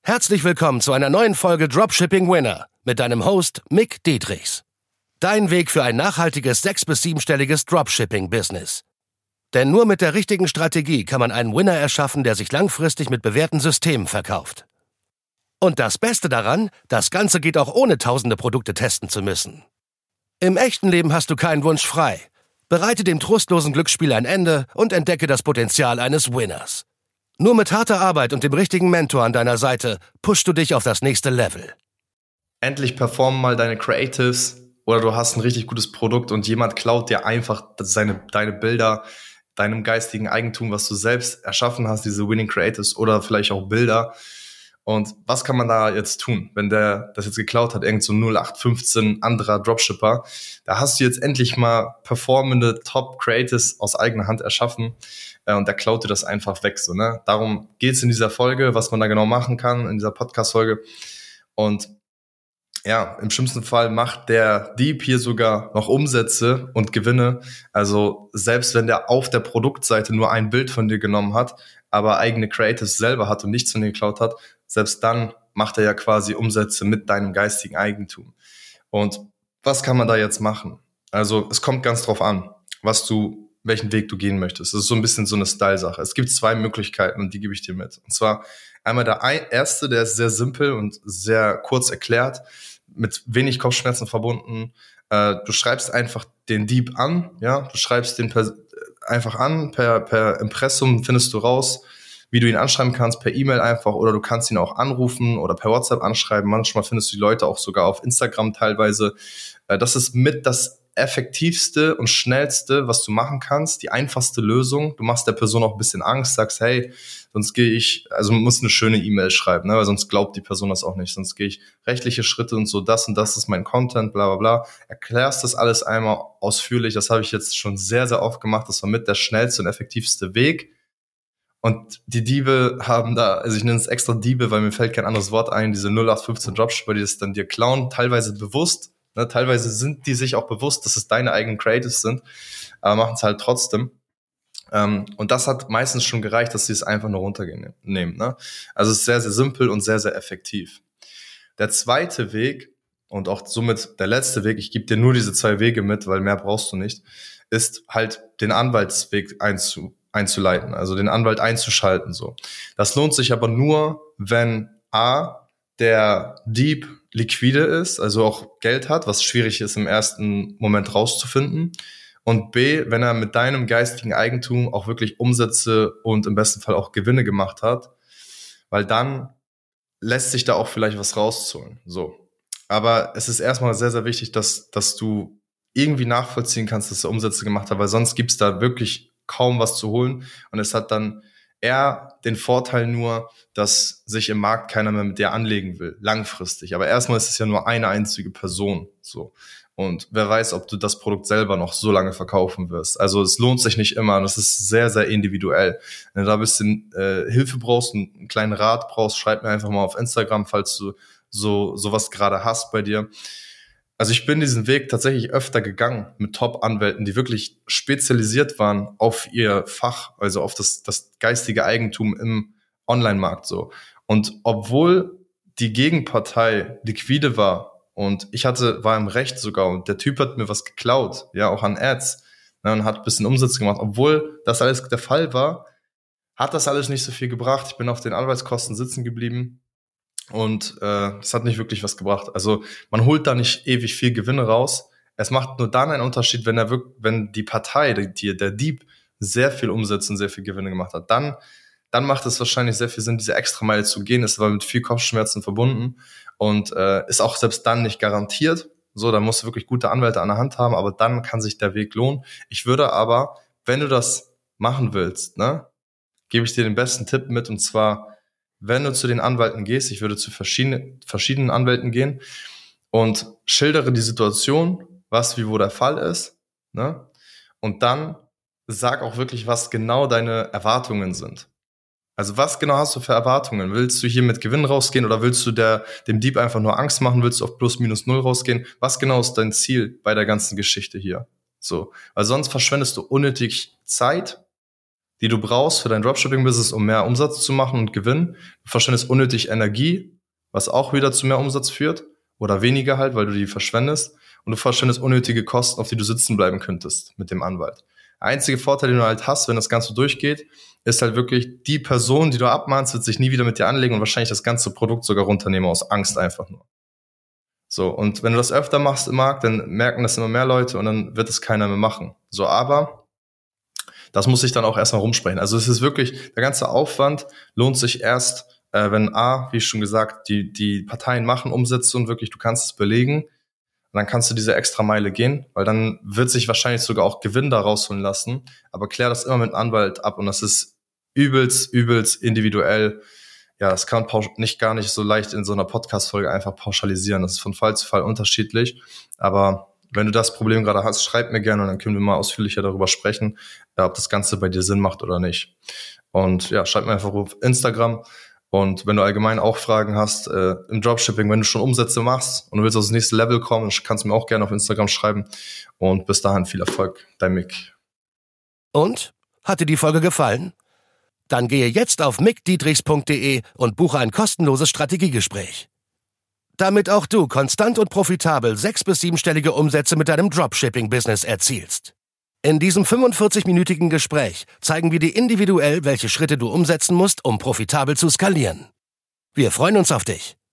Herzlich willkommen zu einer neuen Folge Dropshipping Winner mit deinem Host Mick Dietrichs. Dein Weg für ein nachhaltiges 6- bis 7-stelliges Dropshipping-Business. Denn nur mit der richtigen Strategie kann man einen Winner erschaffen, der sich langfristig mit bewährten Systemen verkauft. Und das Beste daran, das Ganze geht auch ohne tausende Produkte testen zu müssen. Im echten Leben hast du keinen Wunsch frei. Bereite dem trostlosen Glücksspiel ein Ende und entdecke das Potenzial eines Winners. Nur mit harter Arbeit und dem richtigen Mentor an deiner Seite pushst du dich auf das nächste Level. Endlich performen mal deine Creatives oder du hast ein richtig gutes Produkt und jemand klaut dir einfach deine Bilder, deinem geistigen Eigentum, was du selbst erschaffen hast, diese Winning Creatives oder vielleicht auch Bilder. Und was kann man da jetzt tun, wenn der das jetzt geklaut hat, irgend so 0815 anderer Dropshipper? Da hast du jetzt endlich mal performende Top-Creatives aus eigener Hand erschaffen und der klaut dir das einfach weg. So, ne? Darum geht's in dieser Folge, was man da genau machen kann, in dieser Podcast-Folge. Und ja, im schlimmsten Fall macht der Dieb hier sogar noch Umsätze und Gewinne. Also selbst wenn der auf der Produktseite nur ein Bild von dir genommen hat, aber eigene Creatives selber hat und nichts von dir geklaut hat, selbst dann macht er ja quasi Umsätze mit deinem geistigen Eigentum. Und was kann man da jetzt machen? Also es kommt ganz drauf an, welchen Weg du gehen möchtest. Das ist so ein bisschen so eine Style-Sache. Es gibt 2 Möglichkeiten und die gebe ich dir mit. Und zwar einmal der erste, der ist sehr simpel und sehr kurz erklärt, mit wenig Kopfschmerzen verbunden. Du schreibst einfach den Dieb an, ja, du schreibst den einfach an, per Impressum findest du raus, wie du ihn anschreiben kannst, per E-Mail einfach, oder du kannst ihn auch anrufen oder per WhatsApp anschreiben. Manchmal findest du die Leute auch sogar auf Instagram teilweise. Das ist mit das effektivste und schnellste, was du machen kannst, die einfachste Lösung. Du machst der Person auch ein bisschen Angst, sagst, hey, sonst man muss eine schöne E-Mail schreiben, ne, weil sonst glaubt die Person das auch nicht. Sonst gehe ich rechtliche Schritte und das ist mein Content, bla bla bla. Erklärst das alles einmal ausführlich. Das habe ich jetzt schon sehr, sehr oft gemacht. Das war mit der schnellste und effektivste Weg. Und die Diebe haben da, also ich nenne es extra Diebe, weil mir fällt kein anderes Wort ein, diese 0815 Dropshipper, die das dann dir klauen, teilweise bewusst. Ne, teilweise sind die sich auch bewusst, dass es deine eigenen Creatives sind, aber machen es halt trotzdem. Und das hat meistens schon gereicht, dass sie es einfach nur runternehmen. Ne? Also es ist sehr, sehr simpel und sehr, sehr effektiv. Der zweite Weg und auch somit der letzte Weg, ich gebe dir nur diese 2 Wege mit, weil mehr brauchst du nicht, ist halt den Anwaltsweg einzuleiten, also den Anwalt einzuschalten. So. Das lohnt sich aber nur, wenn der Dieb liquide ist, also auch Geld hat, was schwierig ist im ersten Moment rauszufinden. Und B, wenn er mit deinem geistigen Eigentum auch wirklich Umsätze und im besten Fall auch Gewinne gemacht hat, weil dann lässt sich da auch vielleicht was rausholen. So. Aber es ist erstmal sehr, sehr wichtig, dass du irgendwie nachvollziehen kannst, dass er Umsätze gemacht hat, weil sonst gibt's da wirklich kaum was zu holen. Und es hat dann eher den Vorteil nur, dass sich im Markt keiner mehr mit dir anlegen will, langfristig. Aber erstmal ist es ja nur eine einzige Person, so. Und wer weiß, ob du das Produkt selber noch so lange verkaufen wirst. Also es lohnt sich nicht immer. Das ist sehr, sehr individuell. Wenn du da ein bisschen Hilfe brauchst, einen kleinen Rat brauchst, schreib mir einfach mal auf Instagram, falls du sowas gerade hast bei dir. Also ich bin diesen Weg tatsächlich öfter gegangen mit Top-Anwälten, die wirklich spezialisiert waren auf ihr Fach, also auf das geistige Eigentum im Online-Markt so. Und obwohl die Gegenpartei liquide war und war im Recht sogar und der Typ hat mir was geklaut, ja, auch an Ads, ne, und hat ein bisschen Umsatz gemacht, obwohl das alles der Fall war, hat das alles nicht so viel gebracht. Ich bin auf den Anwaltskosten sitzen geblieben. Und das hat nicht wirklich was gebracht. Also man holt da nicht ewig viel Gewinne raus. Es macht nur dann einen Unterschied, wenn die Partei, der Dieb, sehr viel Umsätze und sehr viel Gewinne gemacht hat. Dann macht es wahrscheinlich sehr viel Sinn, diese Extrameile zu gehen. Es war mit viel Kopfschmerzen verbunden und ist auch selbst dann nicht garantiert. So, da musst du wirklich gute Anwälte an der Hand haben, aber dann kann sich der Weg lohnen. Ich würde aber, wenn du das machen willst, ne, gebe ich dir den besten Tipp mit, und zwar, wenn du zu den Anwälten gehst, ich würde zu verschiedenen Anwälten gehen und schildere die Situation, was wie wo der Fall ist, ne? Und dann sag auch wirklich, was genau deine Erwartungen sind. Also was genau hast du für Erwartungen? Willst du hier mit Gewinn rausgehen oder willst du dem Dieb einfach nur Angst machen? Willst du auf plus minus null rausgehen? Was genau ist dein Ziel bei der ganzen Geschichte hier? So, weil sonst verschwendest du unnötig Zeit, die du brauchst für dein Dropshipping-Business, um mehr Umsatz zu machen und gewinnen. Du verschwendest unnötig Energie, was auch wieder zu mehr Umsatz führt. Oder weniger halt, weil du die verschwendest. Und du verschwendest unnötige Kosten, auf die du sitzen bleiben könntest mit dem Anwalt. Der einzige Vorteil, den du halt hast, wenn das Ganze durchgeht, ist halt wirklich, die Person, die du abmahnst, wird sich nie wieder mit dir anlegen und wahrscheinlich das ganze Produkt sogar runternehmen aus Angst einfach nur. So, und wenn du das öfter machst im Markt, dann merken das immer mehr Leute und dann wird es keiner mehr machen. So, aber das muss ich dann auch erstmal rumsprechen. Also es ist wirklich, der ganze Aufwand lohnt sich erst, wenn wie schon gesagt, die Parteien machen Umsätze und wirklich, du kannst es belegen. Und dann kannst du diese extra Meile gehen, weil dann wird sich wahrscheinlich sogar auch Gewinn da rausholen lassen. Aber klär das immer mit einem Anwalt ab und das ist übelst individuell. Ja, das kann man gar nicht so leicht in so einer Podcast-Folge einfach pauschalisieren. Das ist von Fall zu Fall unterschiedlich. Aber wenn du das Problem gerade hast, schreib mir gerne und dann können wir mal ausführlicher darüber sprechen, ob das Ganze bei dir Sinn macht oder nicht. Und ja, schreib mir einfach auf Instagram. Und wenn du allgemein auch Fragen hast im Dropshipping, wenn du schon Umsätze machst und du willst aufs nächste Level kommen, kannst du mir auch gerne auf Instagram schreiben. Und bis dahin viel Erfolg, dein Mick. Und? Hat dir die Folge gefallen? Dann gehe jetzt auf mickdietrichs.de und buche ein kostenloses Strategiegespräch. Damit auch du konstant und profitabel 6- bis 7-stellige Umsätze mit deinem Dropshipping-Business erzielst. In diesem 45-minütigen Gespräch zeigen wir dir individuell, welche Schritte du umsetzen musst, um profitabel zu skalieren. Wir freuen uns auf dich.